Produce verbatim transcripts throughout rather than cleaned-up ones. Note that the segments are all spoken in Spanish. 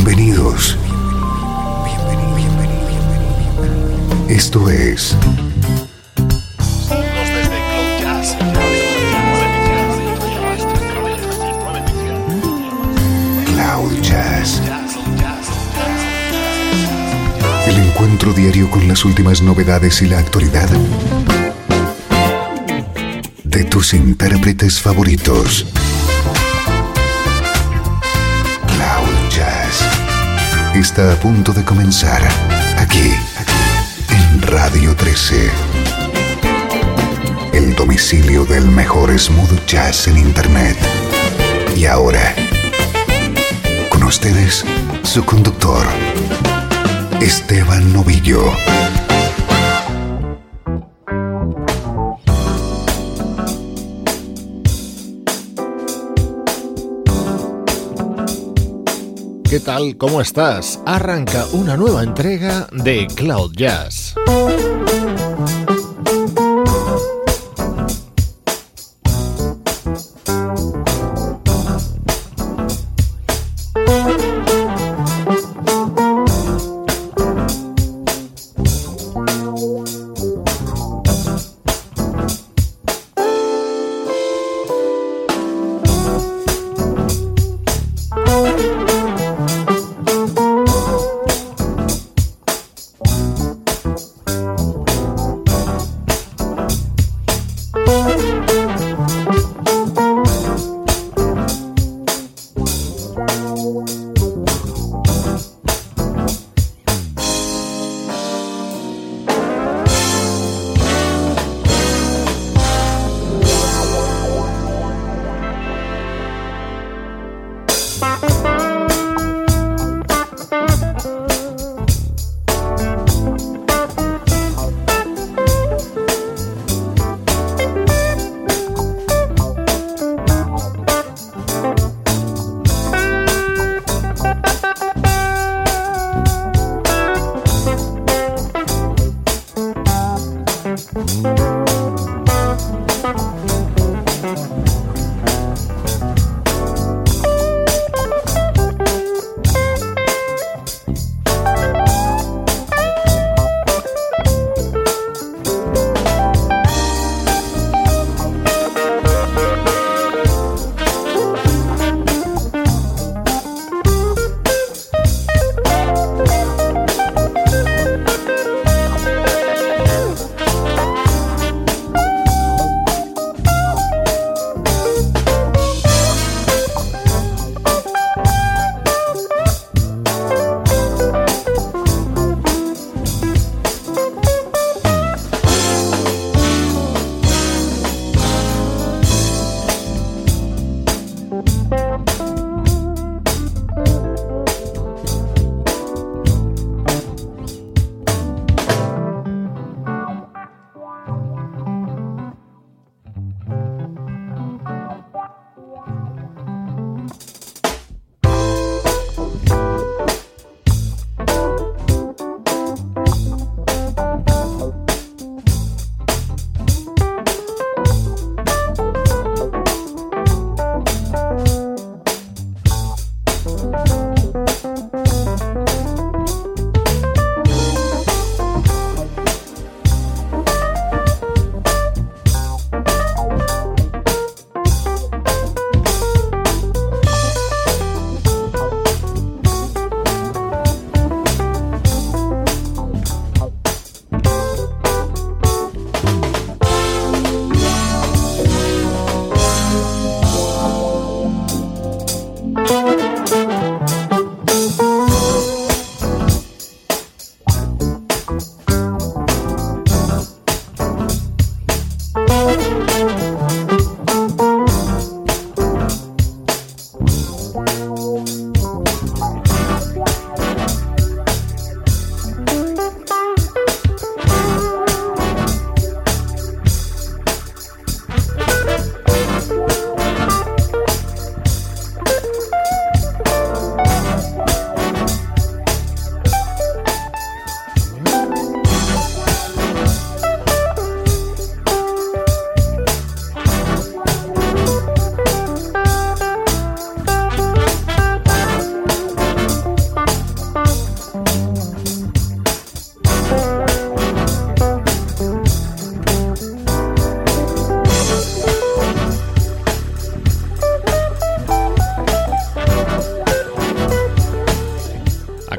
Bienvenidos. Esto es Cloud Jazz. El encuentro diario con las últimas novedades y la actualidad de tus intérpretes favoritos. Cloud Jazz está a punto de comenzar aquí, en Radio trece. El domicilio del mejor smooth jazz en internet. Y ahora, con ustedes, su conductor, Esteban Novillo. ¿Qué tal? ¿Cómo estás? Arranca una nueva entrega de Cloud Jazz.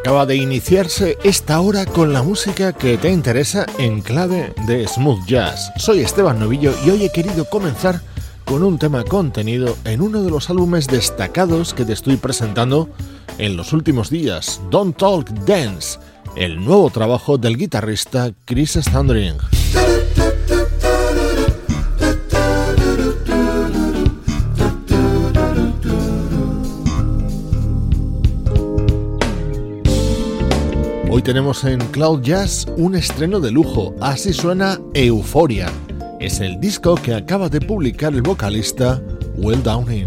Acaba de iniciarse esta hora con la música que te interesa en clave de smooth jazz. Soy Esteban Novillo y hoy he querido comenzar con un tema contenido en uno de los álbumes destacados que te estoy presentando en los últimos días, Don't Talk Dance, el nuevo trabajo del guitarrista Chris Standring. Hoy tenemos en Cloud Jazz un estreno de lujo, así suena Euphoria. Es el disco que acaba de publicar el vocalista Will Downing.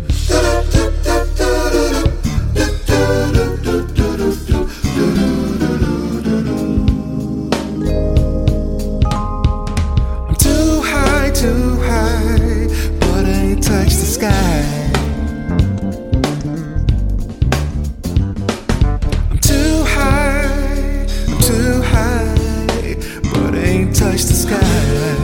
I'm too high, too high, but I ain't touched the sky. Touch the sky.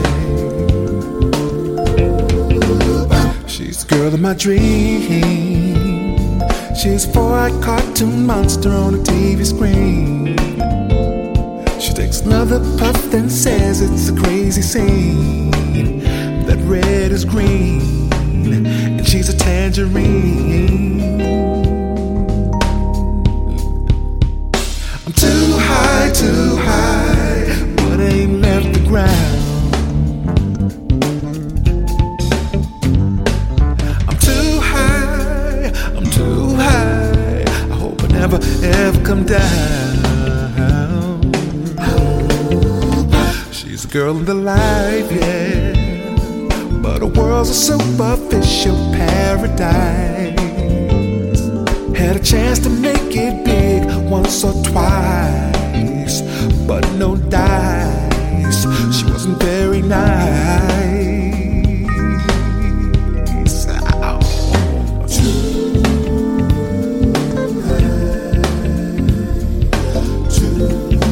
She's the girl of my dream. She's a four-eyed cartoon monster on a T V screen. She takes another puff then says it's a crazy scene. That red is green and she's a tangerine. I'm too high, too high, but I ain't left the ground. I'm too high, I'm too high, I hope I never ever come down. She's a girl in the life, yeah, but her world's a superficial paradise. Had a chance to make it big once or twice, but no dice. She wasn't very nice. Ow. Too high, too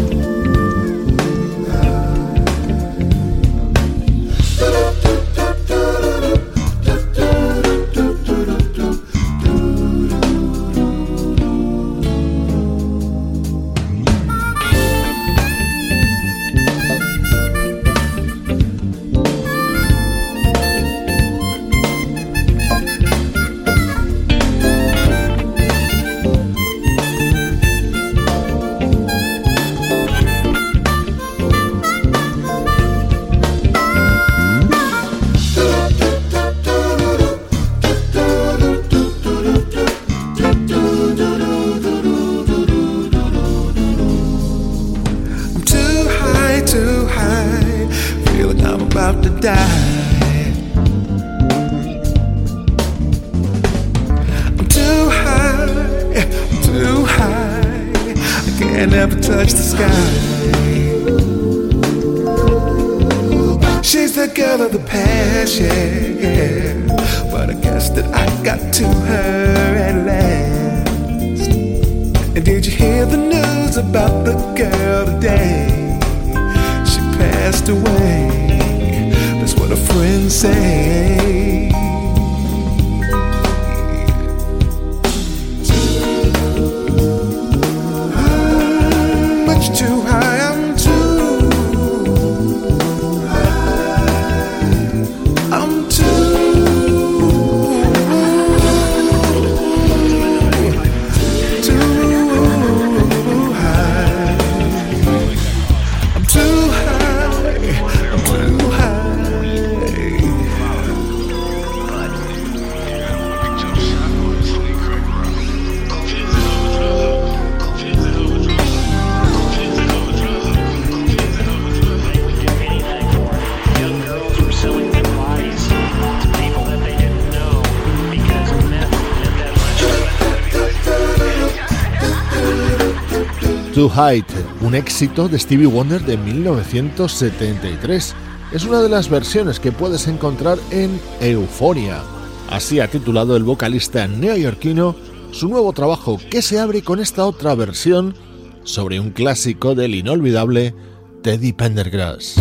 Too High, un éxito de Stevie Wonder de mil novecientos setenta y tres. Es una de las versiones que puedes encontrar en Euphoria. Así ha titulado el vocalista neoyorquino su nuevo trabajo, que se abre con esta otra versión sobre un clásico del inolvidable Teddy Pendergrass.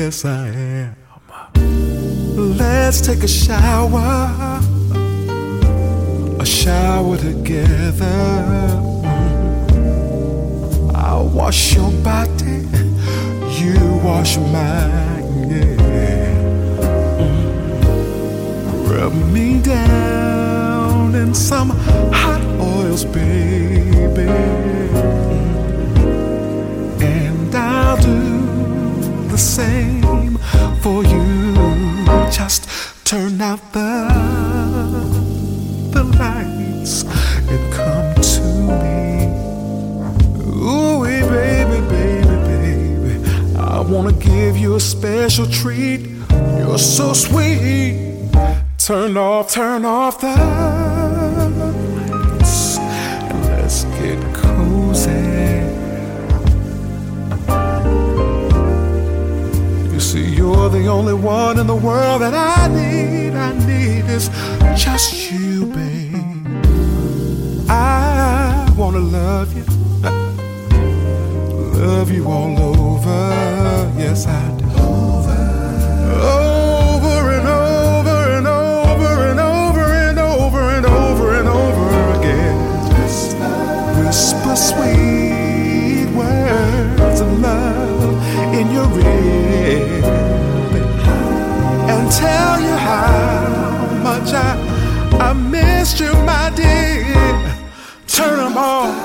yes I am. Let's take a shower, a shower together. I'll wash your body, you wash mine, yeah. Rub me down in some hot oils, baby, and I'll do the same for you. Just turn out the the lights and come to me. Ooh, baby, baby, baby, I wanna give you a special treat. You're so sweet. Turn off, turn off the lights and let's get cozy. You see, you're the only one in the world that I need. I need is just you, babe. I wanna love you, love you all over. Yes, I do. Over, over and over and over and over and over and over and over again. Just whisper sweet words of love in your ear and tell you how much I I missed you, my dear. Turn them on.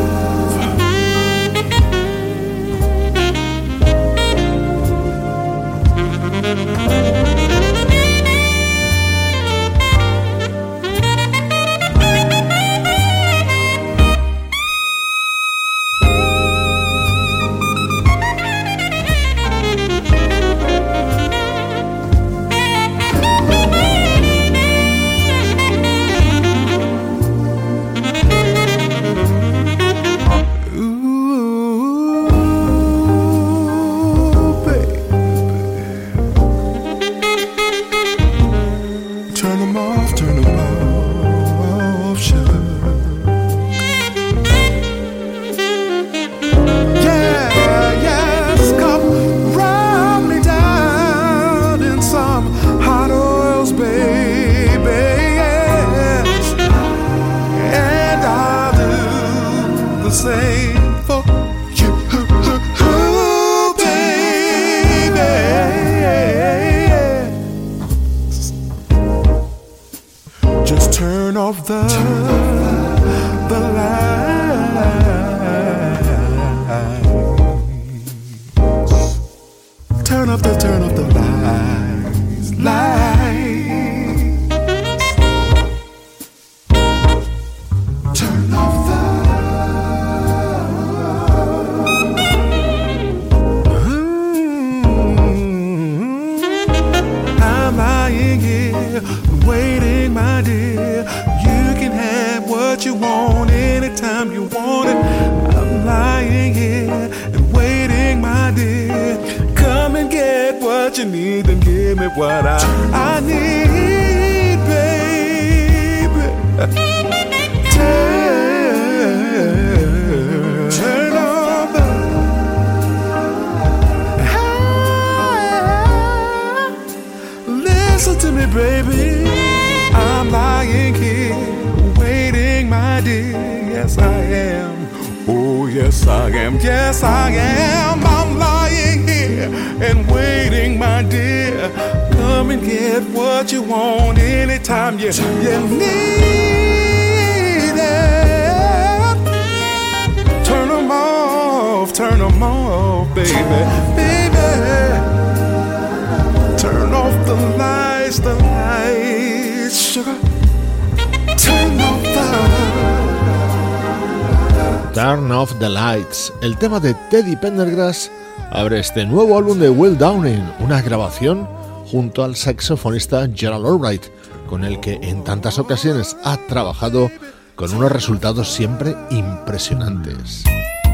Turn Off the Lights, el tema de Teddy Pendergrass, abre este nuevo álbum de Will Downing, una grabación junto al saxofonista Gerald Albright, con el que en tantas ocasiones ha trabajado con unos resultados siempre impresionantes.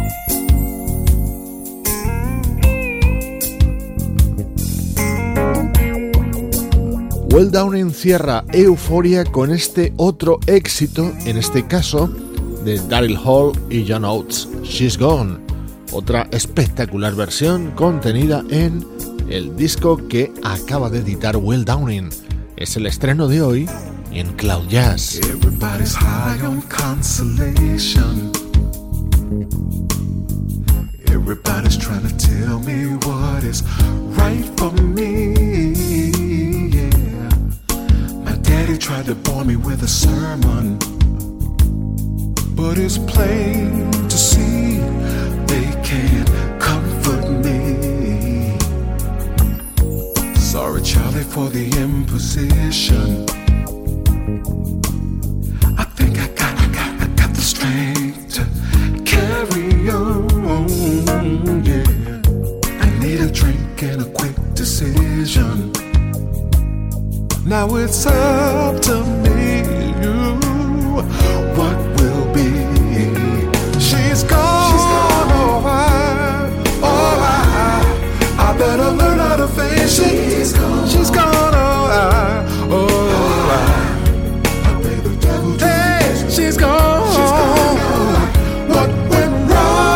Will Downing cierra Euphoria con este otro éxito, en este caso de Daryl Hall y John Oates, She's Gone, otra espectacular versión contenida en el disco que acaba de editar Will Downing. Es el estreno de hoy en Cloud Jazz. Everybody's high on consolation. Everybody's trying to tell me what is right for me. Yeah. My daddy tried to bore me with a sermon, but it's plain to see they can't comfort me. Sorry, Charlie, for the imposition. I think I got, I got, I got the strength to carry on. Yeah, I need a drink and a quick decision. Now it's up to me. You, what will be? She's gone. She's gone. Oh, I, oh, I, I better learn how to face it. She's gone. She's gone. Oh, I, oh, I, I pay the devil to hey, she's gone. She's gone. Oh, what went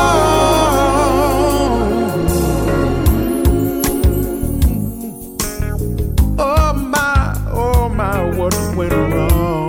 wrong? Oh my, oh my, what went wrong?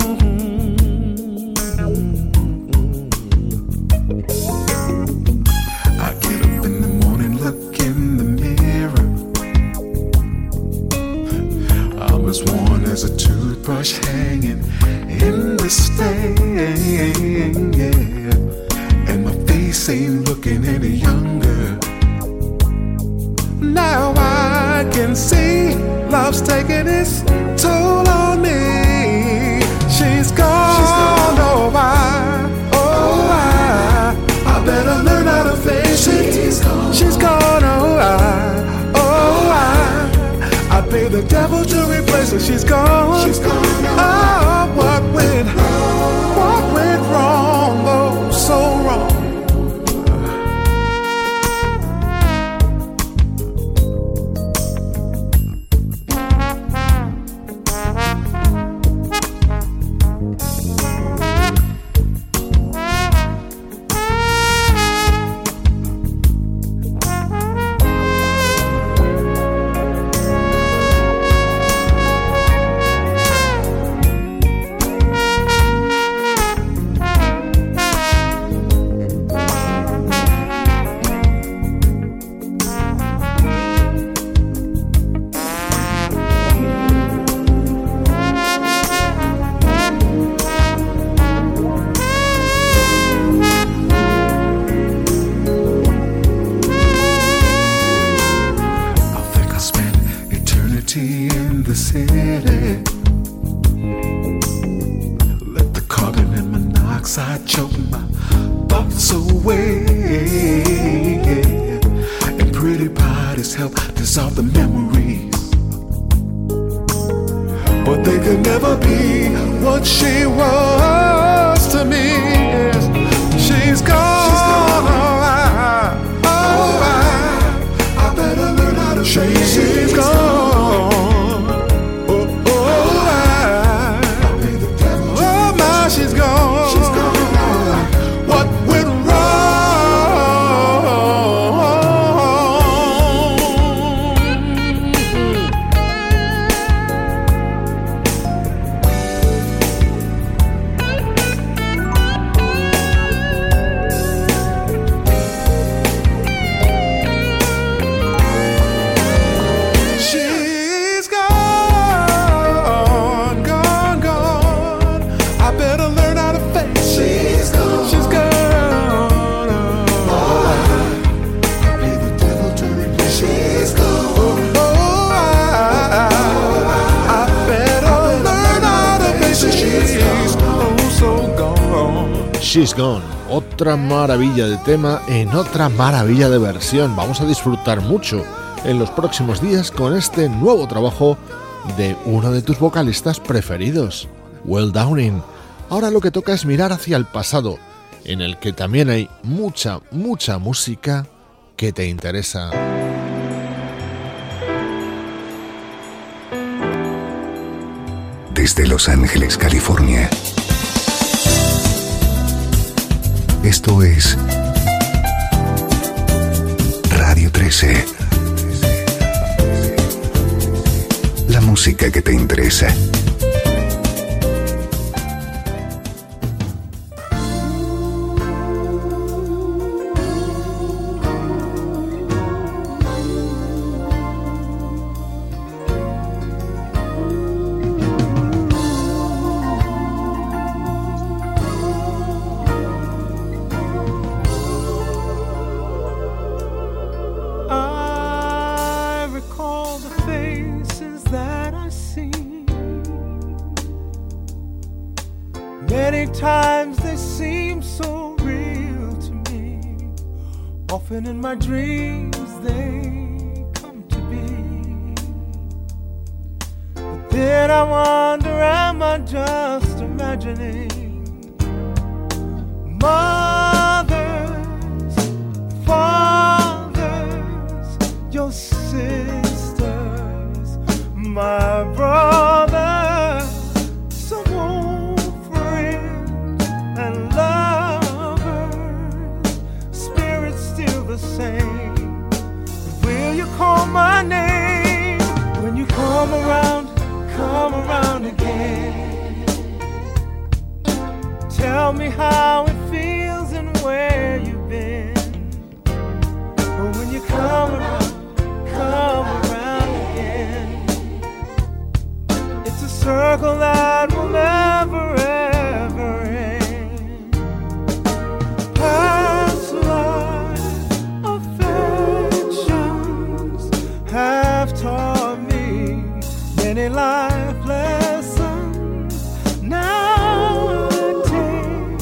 There's a toothbrush hanging in the stain, yeah, and my face ain't looking any younger. Now I can see love's taking its toll on me. She's gone, She's gone. Oh I, oh I, I better learn how to face it. She's gone, She's gone. Oh I, oh I, I pay the devil to replace her. She's gone. She's gone. Oh, what went wrong? What went wrong? Oh, so wrong. She's Gone, otra maravilla de tema en otra maravilla de versión. Vamos a disfrutar mucho en los próximos días con este nuevo trabajo de uno de tus vocalistas preferidos, Will Downing. Ahora lo que toca es mirar hacia el pasado, en el que también hay mucha, mucha música que te interesa. Desde Los Ángeles, California. Esto es Radio trece. música que te interesa. Many times they seem so real to me. Often in my dreams they come to be. But then I wonder, am I just imagining? Mothers, fathers, your sisters, my brothers, some old friends and lovers, spirits still the same. Will you call my name when you come around, come around again? Tell me how it feels and where you've been. But when you come around, come around again. It's a circle that will never ever end. Past life affections have taught me many life lessons. Now I take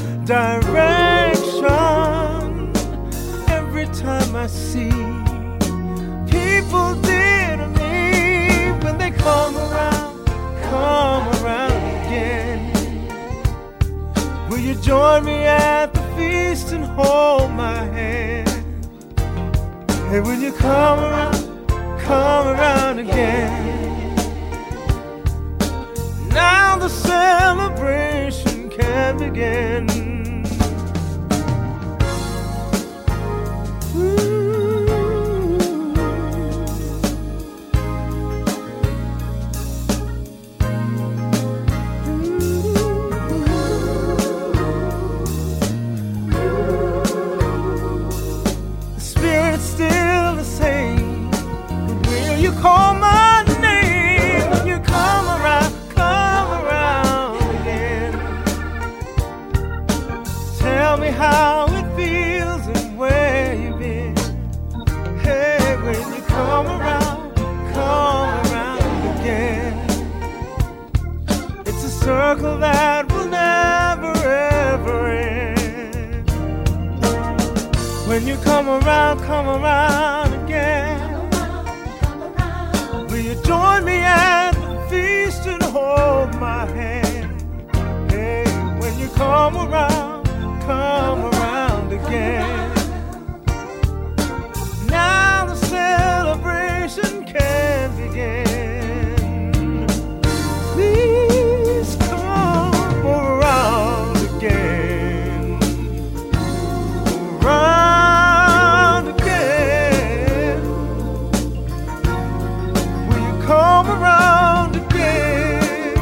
direction every time I see people dear to me. When they come around, come around again. Will you join me at the feast and hold my hand? Hey, will you come around, come around again? Now the celebration can begin. Call my name when you come around, come around again. Tell me how it feels and where you've been. Hey, when you come around, come around again. It's a circle that will never ever end. When you come around, come around again. Join me at the feast and hold my hand. Hey, when you come around, come around again. Now the celebration can begin. Please come around again. Around. Come around again.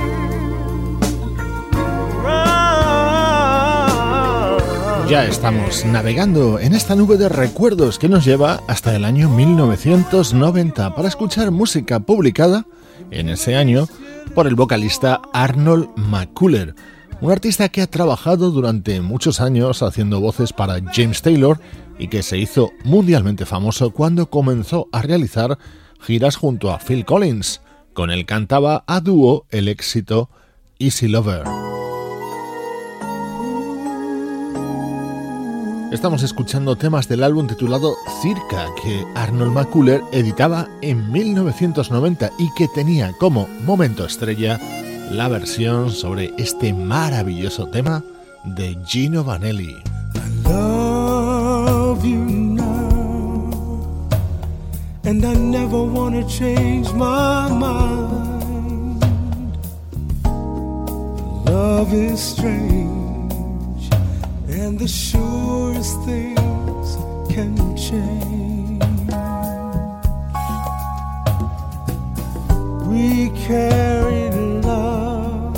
Around. Ya estamos navegando en esta nube de recuerdos que nos lleva hasta el año mil novecientos noventa para escuchar música publicada en ese año por el vocalista Arnold McCuller, un artista que ha trabajado durante muchos años haciendo voces para James Taylor y que se hizo mundialmente famoso cuando comenzó a realizar giras junto a Phil Collins. Con él cantaba a dúo el éxito Easy Lover. Estamos escuchando temas del álbum titulado Circa, que Arnold McCuller editaba en mil novecientos noventa y que tenía como momento estrella la versión sobre este maravilloso tema de Gino Vanelli. I love you now. And I never wanna change my mind. Love is strange, and the surest things can change. We carried love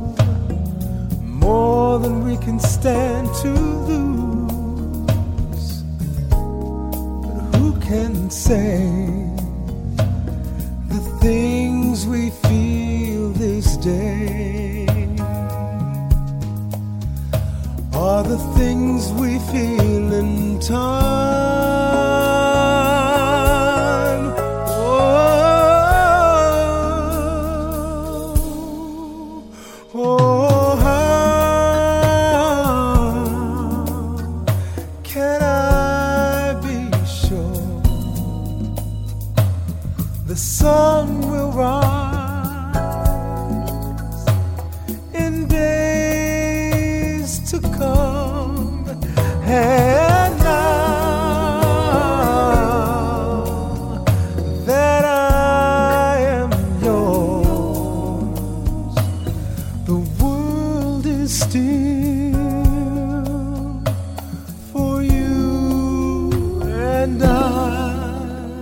more than we can stand to lose. But who can say the things we feel this day are the things we feel in time? Oh, oh, how can I be sure the sun will rise in days to come? And now that I am yours, the world is still for you and I.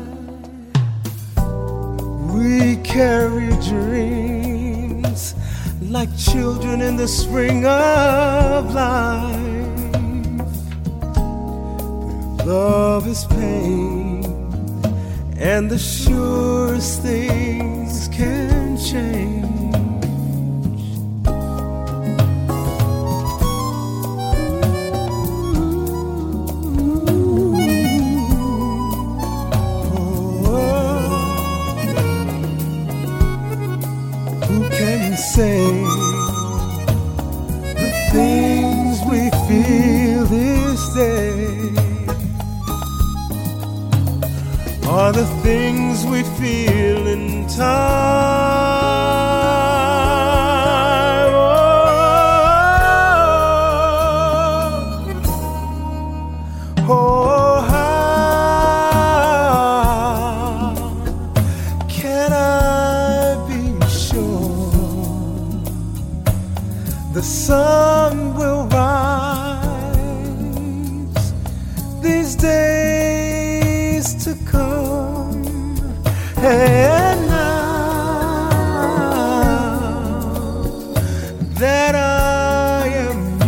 We carry dreams like children in the spring of life. Love is pain, and the surest things can change. Say the things we feel this day are the things we feel in time. Oh, oh, how can I be sure the sun will rise these days to come? And now that I am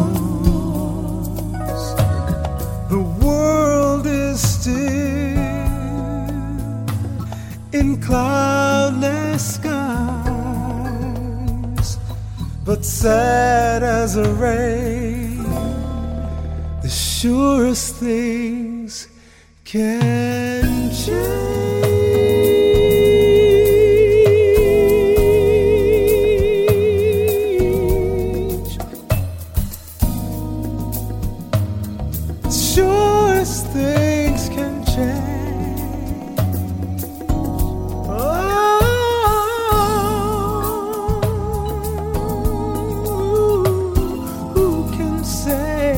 yours, the world is still in cloudless skies, but sad as a rain. The surest things can change. Surest things can change. Oh, who can say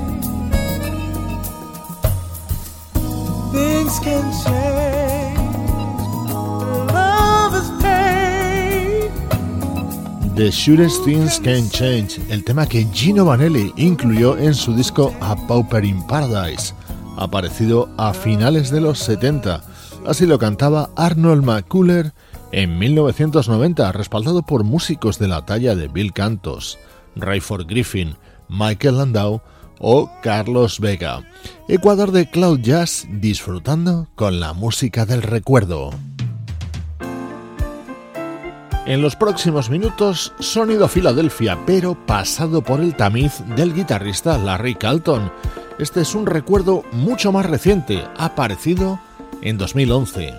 things can change? Love is pain. The Surest Things Can Change, el tema que Gino Vanelli incluyó en su disco A Pauper in Paradise, aparecido a finales de los setenta. Así lo cantaba Arnold McCuller en mil novecientos noventa, respaldado por músicos de la talla de Bill Cantos, Rayford Griffin, Michael Landau o Carlos Vega. Ecuador de Cloud Jazz, disfrutando con la música del recuerdo. En los próximos minutos, sonido Filadelfia, pero pasado por el tamiz del guitarrista Larry Carlton. Este es un recuerdo mucho más reciente, aparecido en dos mil once.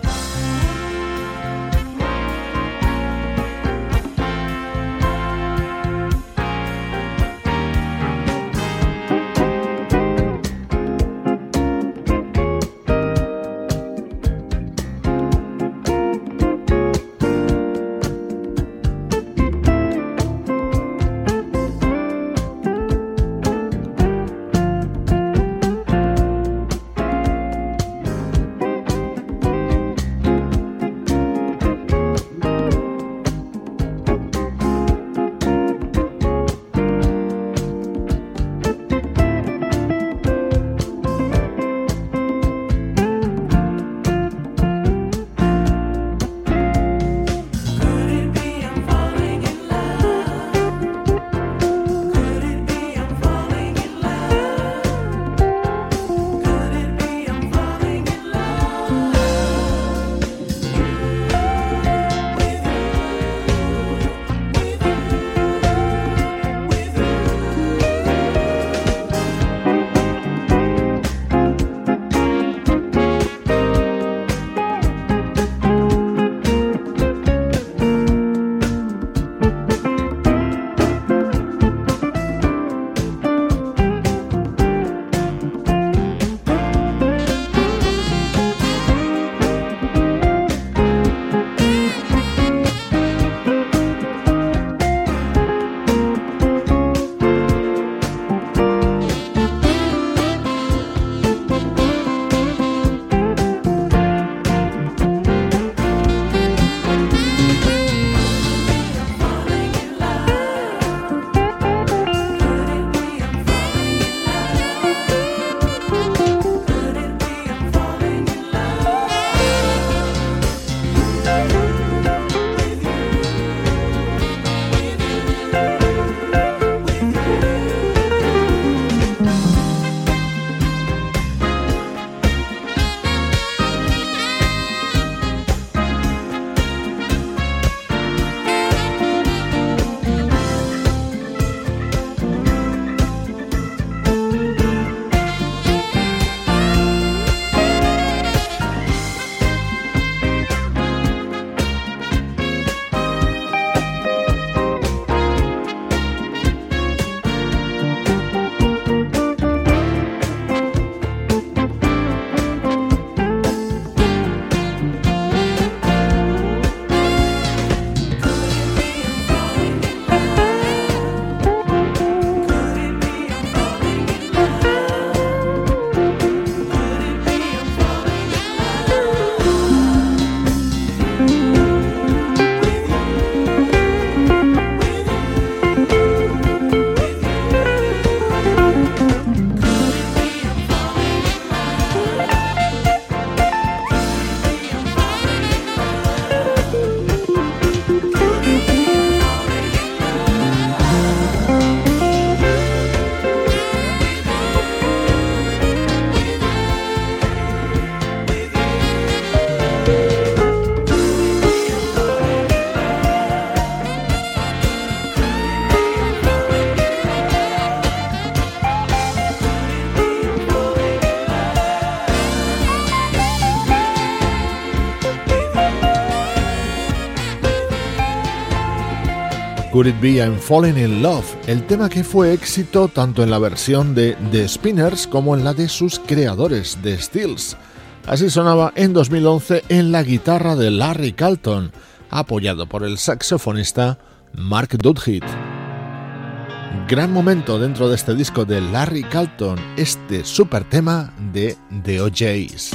Could It Be I'm Falling in Love, el tema que fue éxito tanto en la versión de The Spinners como en la de sus creadores, The Steels. Así sonaba en dos mil once en la guitarra de Larry Carlton, apoyado por el saxofonista Mark Dudhit. Gran momento dentro de este disco de Larry Carlton, este super tema de The O Js.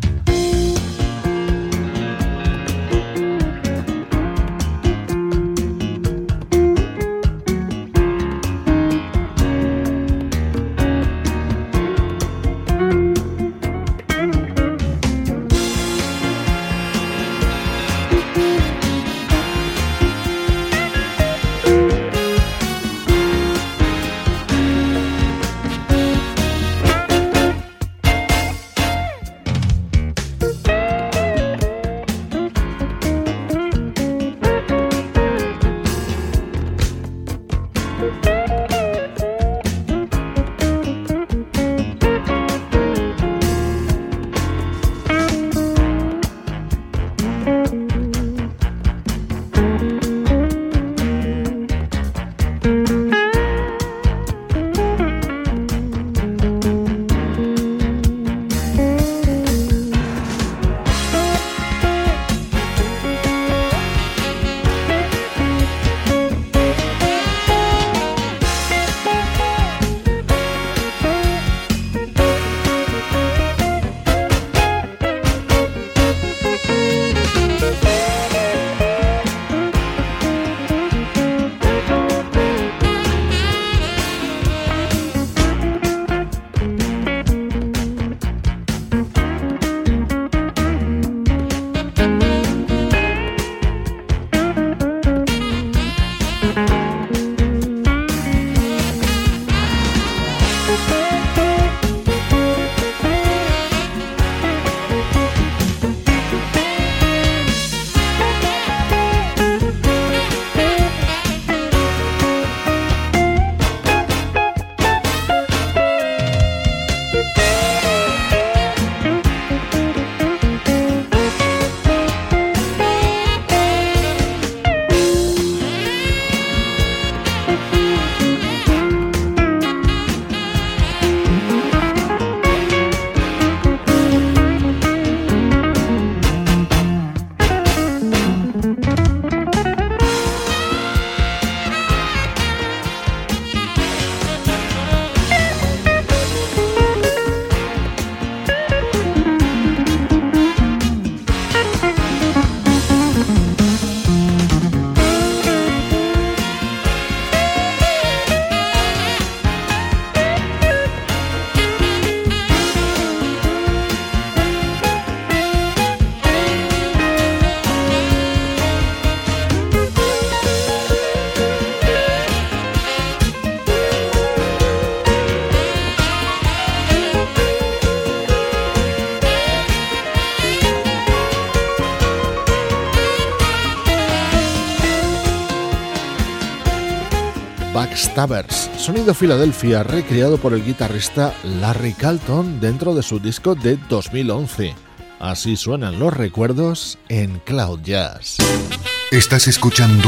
Backstabbers, sonido Filadelfia recreado por el guitarrista Larry Carlton dentro de su disco de dos mil once. Así suenan los recuerdos en Cloud Jazz. Estás escuchando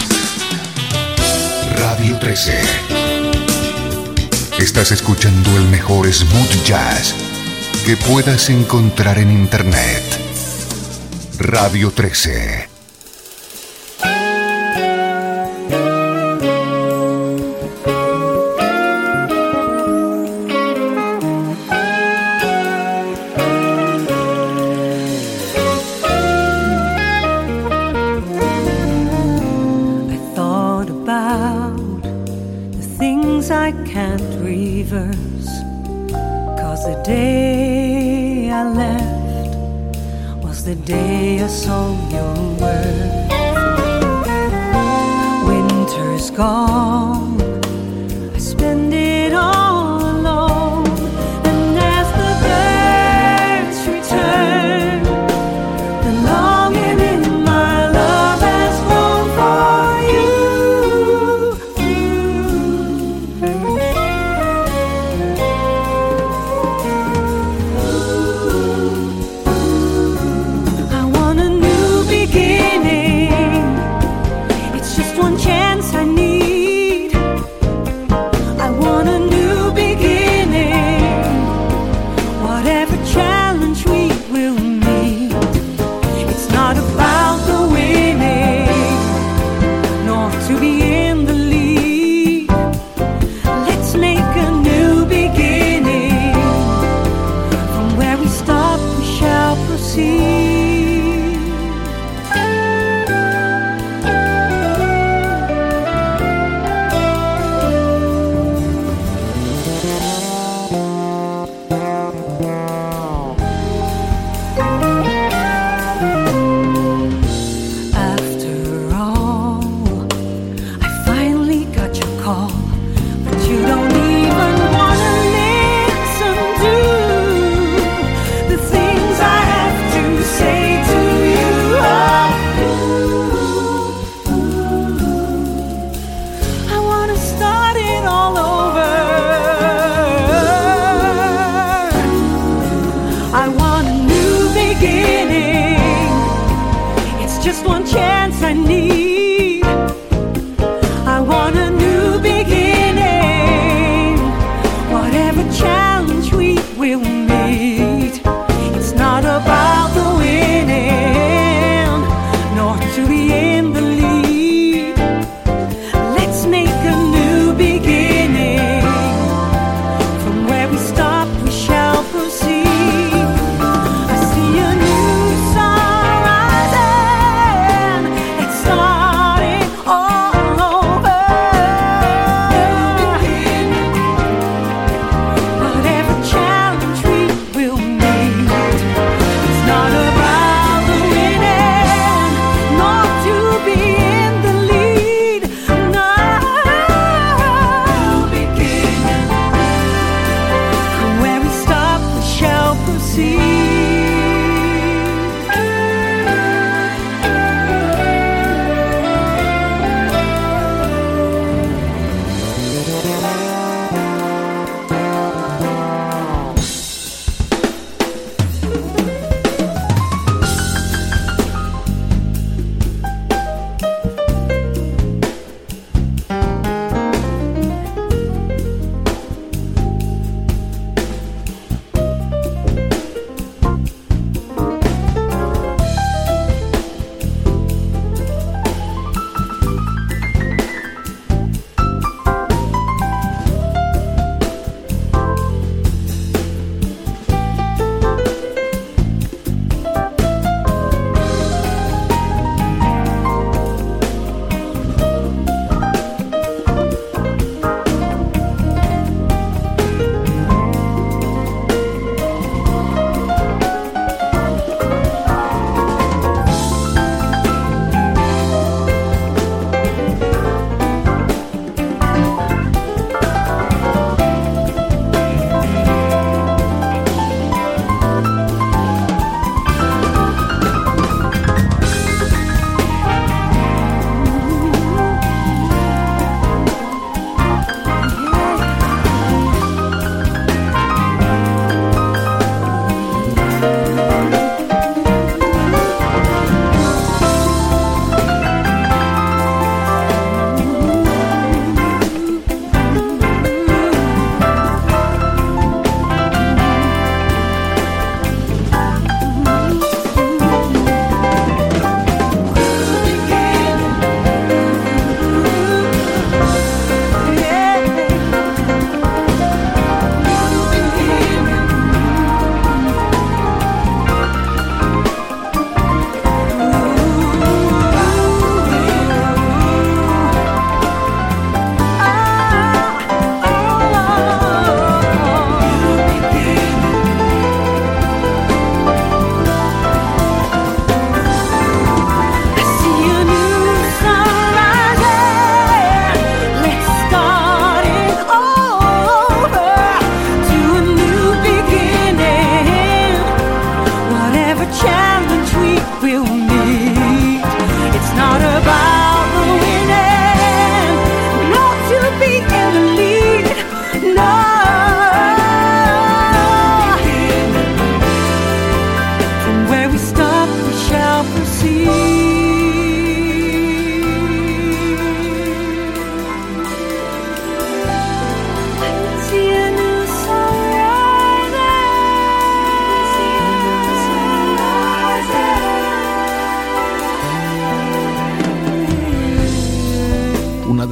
Radio trece. Estás escuchando el mejor smooth jazz que puedas encontrar en Internet. Radio trece. I can't reverse, 'cause the day I left was the day I saw your worth. Winter's gone, I spend it all alone, and as the birds return, the longing in my love has grown for you. I want a new beginning. It's just one chance I need.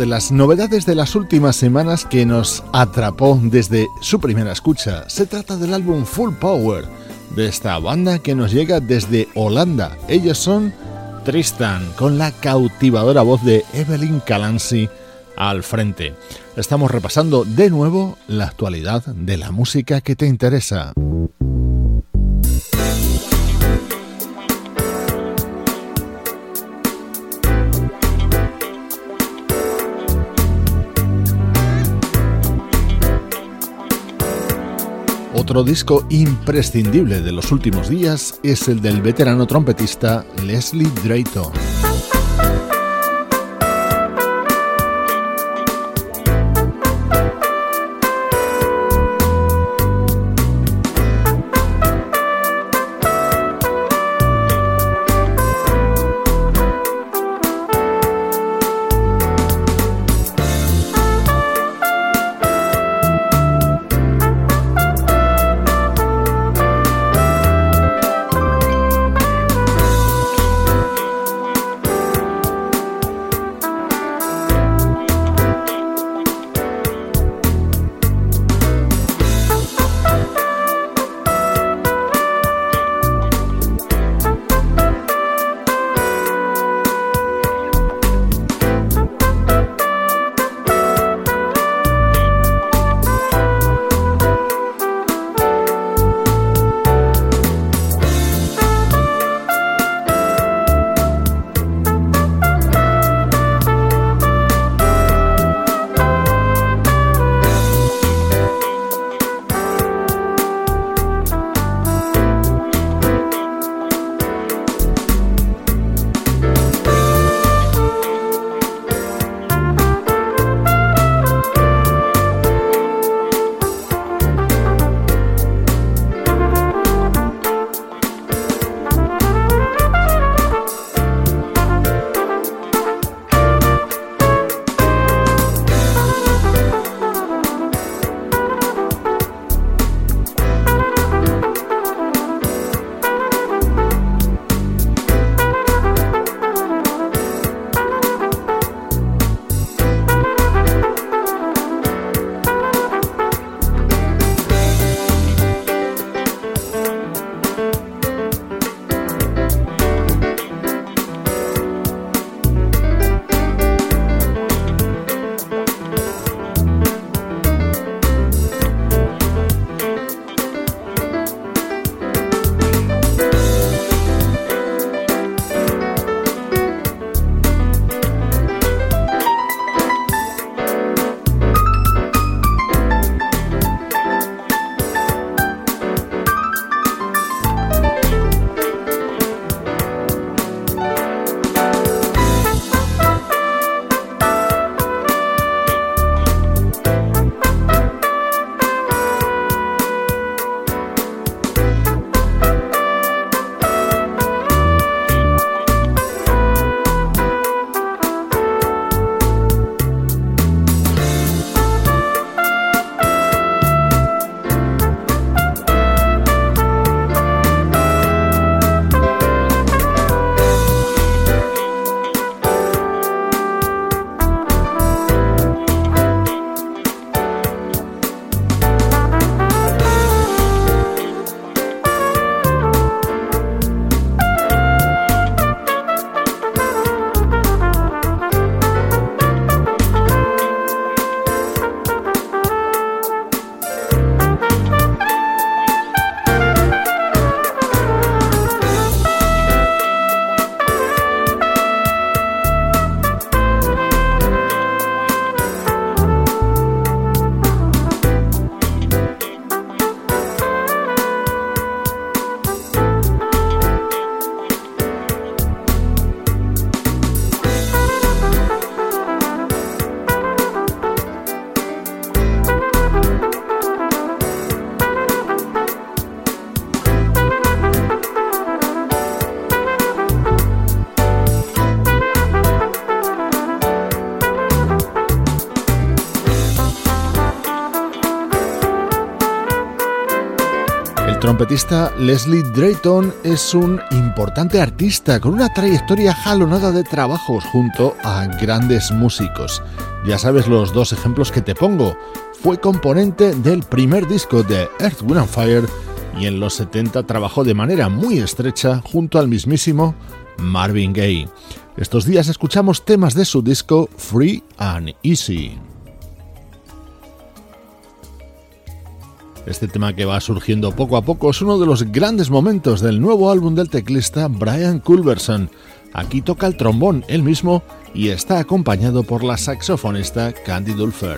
de las novedades de las últimas semanas que nos atrapó desde su primera escucha. Se trata del álbum Full Power de esta banda que nos llega desde Holanda. Ellos son Tristan, con la cautivadora voz de Evelyn Calancy al frente. Estamos repasando de nuevo la actualidad de la música que te interesa. Otro disco imprescindible de los últimos días es el del veterano trompetista Leslie Drayton. trompetista Leslie Drayton es un importante artista con una trayectoria jalonada de trabajos junto a grandes músicos. Ya sabes los dos ejemplos que te pongo. Fue componente del primer disco de Earth, Wind and Fire y en los setenta trabajó de manera muy estrecha junto al mismísimo Marvin Gaye. Estos días escuchamos temas de su disco Free and Easy. Este tema que va surgiendo poco a poco es uno de los grandes momentos del nuevo álbum del teclista Brian Culberson. Aquí toca el trombón él mismo y está acompañado por la saxofonista Candy Dulfer.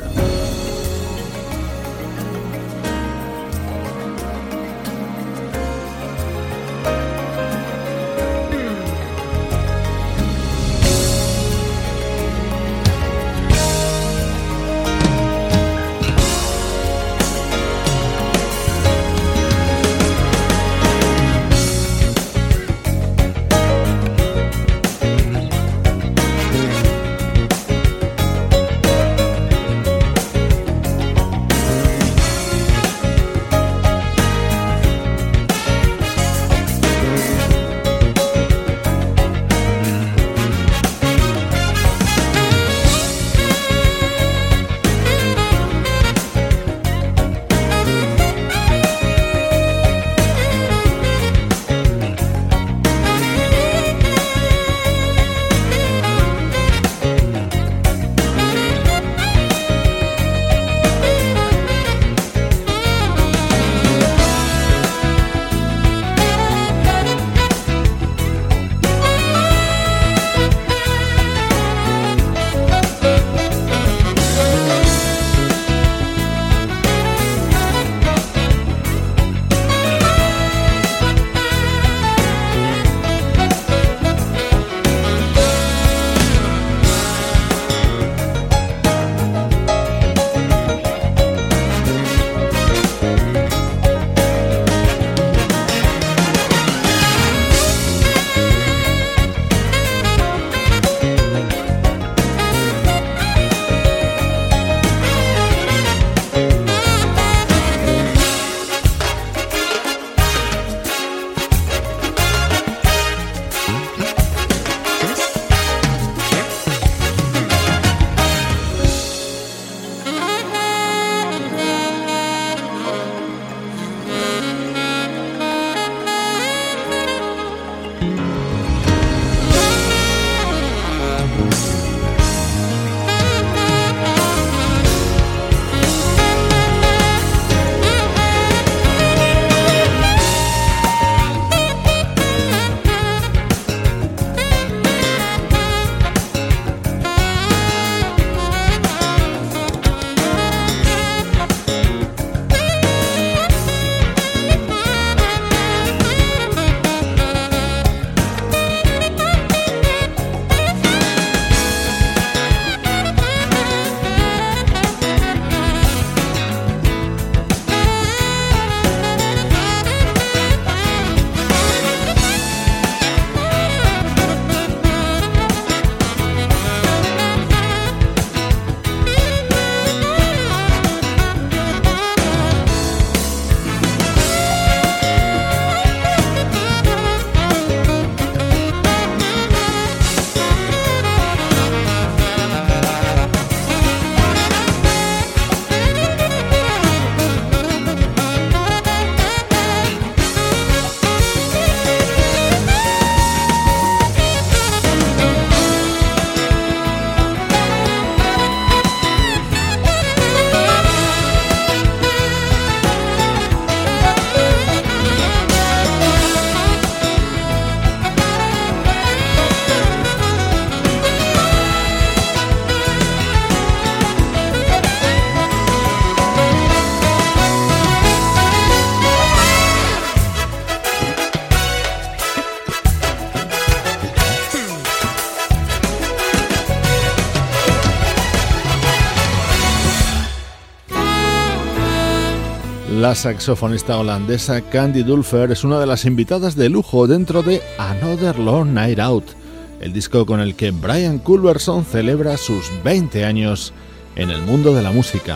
La saxofonista holandesa Candy Dulfer es una de las invitadas de lujo dentro de Another Long Night Out, el disco con el que Brian Culberson celebra sus veinte años en el mundo de la música.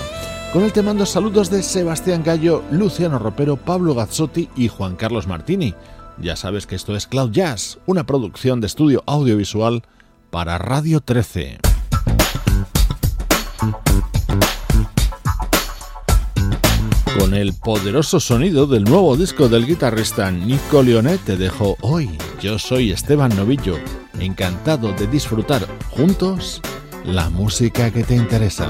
Con él te mando saludos de Sebastián Gallo, Luciano Ropero, Pablo Gazzotti y Juan Carlos Martini. Ya sabes que esto es Cloud Jazz, una producción de estudio audiovisual para Radio trece. Con el poderoso sonido del nuevo disco del guitarrista Nico Leone te dejo hoy. Yo soy Esteban Novillo, encantado de disfrutar juntos la música que te interesa.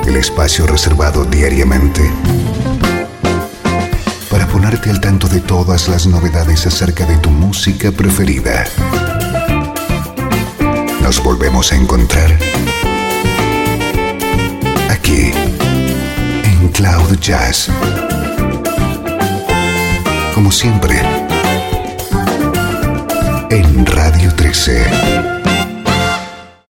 el espacio reservado diariamente para ponerte al tanto de todas las novedades acerca de tu música preferida. Nos volvemos a encontrar aquí en Cloud Jazz. Como siempre, en Radio trece.